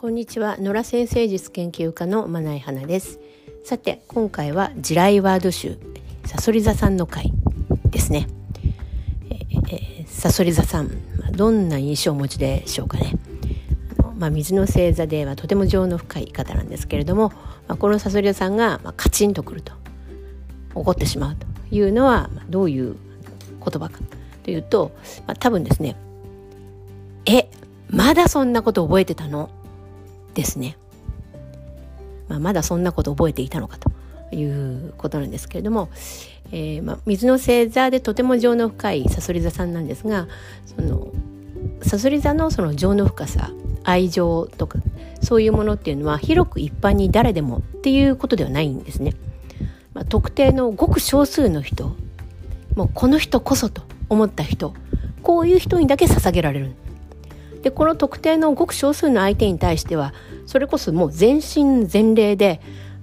こんにちは。野良先生術研究家のまないはなです。さて、今回は地雷ワード集さそり座さんの回ですね。さそり座さん、どんな印象をお持ちでしょうかね。水の星座ではとても情の深い方なんですけれども、このさそり座さんがカチンとくると怒ってしまうというのはどういう言葉かというと、多分ですね、まだそんなこと覚えてたのですね。まだそんなこと覚えていたのかということなんですけれども、水の星座でとても情の深いさそり座さんなんですが、そのさそり座のその情の深さ、愛情とかそういうものっていうのは広く一般に誰でもっていうことではないんですね。特定のごく少数の人、もうこの人こそと思った人、こういう人にだけ捧げられる。で、この特定のごく少数の相手に対してはそれこそもう全身全霊で、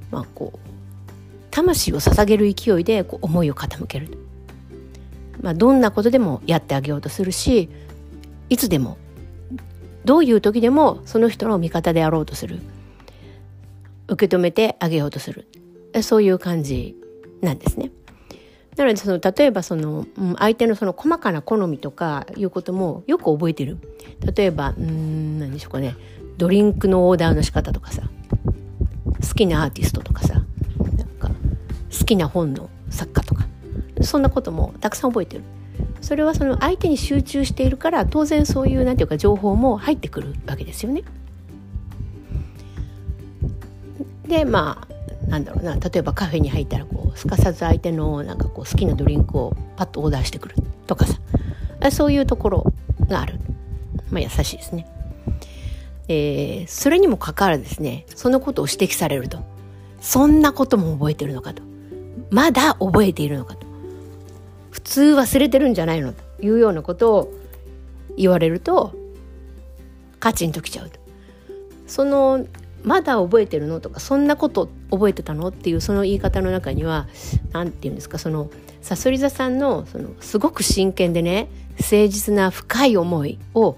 魂を捧げる勢いで思いを傾ける。どんなことでもやってあげようとするし、いつでもどういう時でもその人の味方であろうとする、受け止めてあげようとする、そういう感じなんですね。なので例えば相手のその細かな好みとかいうこともよく覚えてる。例えば何でしょうかね、ドリンクのオーダーの仕方とかさ、好きなアーティストとかさ、好きな本の作家とか、そんなこともたくさん覚えてる。それはその相手に集中しているから、当然そういう情報も入ってくるわけですよね。で例えばカフェに入ったらすかさず相手の好きなドリンクをパッとオーダーしてくるとかさ、そういうところがある。優しいですね。それにもかかわらずですね、そのことを指摘されると、そんなことも覚えてるのかと、まだ覚えているのかと、普通忘れてるんじゃないのというようなことを言われるとカチンときちゃうと。まだ覚えてるのとか、そんなこと覚えてたのっていうその言い方の中には、なんていうんですか、さそり座さんのすごく真剣でね、誠実な深い思いを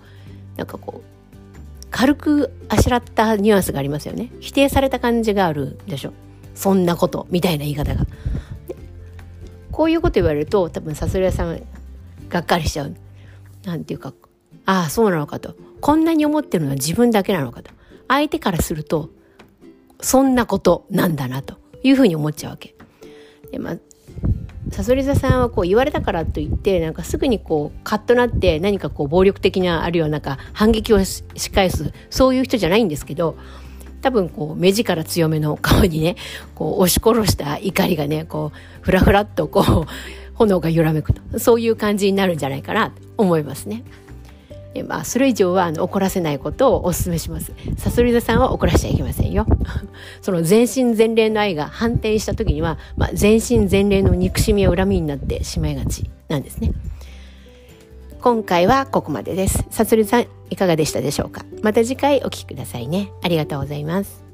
軽くあしらったニュアンスがありますよね。否定された感じがあるでしょ、そんなことみたいな言い方が。こういうこと言われると多分さそり座さんがっかりしちゃう。なんていうか、そうなのかと、こんなに思ってるのは自分だけなのかと、相手からするとそんなことなんだなというふうに思っちゃうわけで、さそり座さんは言われたからといってすぐにカッとなって何か暴力的な、あるいは反撃をし返す、そういう人じゃないんですけど、多分目力強めの顔にね、押し殺した怒りがね、ふらふらっと炎が揺らめくと、そういう感じになるんじゃないかなと思いますね。それ以上は怒らせないことをお勧めします。さそり座さんは怒らせちゃいけませんよ。その全身全霊の愛が反転した時には、全身全霊の憎しみや恨みになってしまいがちなんですね。今回はここまでです。さそり座さんいかがでしたでしょうか。また次回お聞きくださいね。ありがとうございます。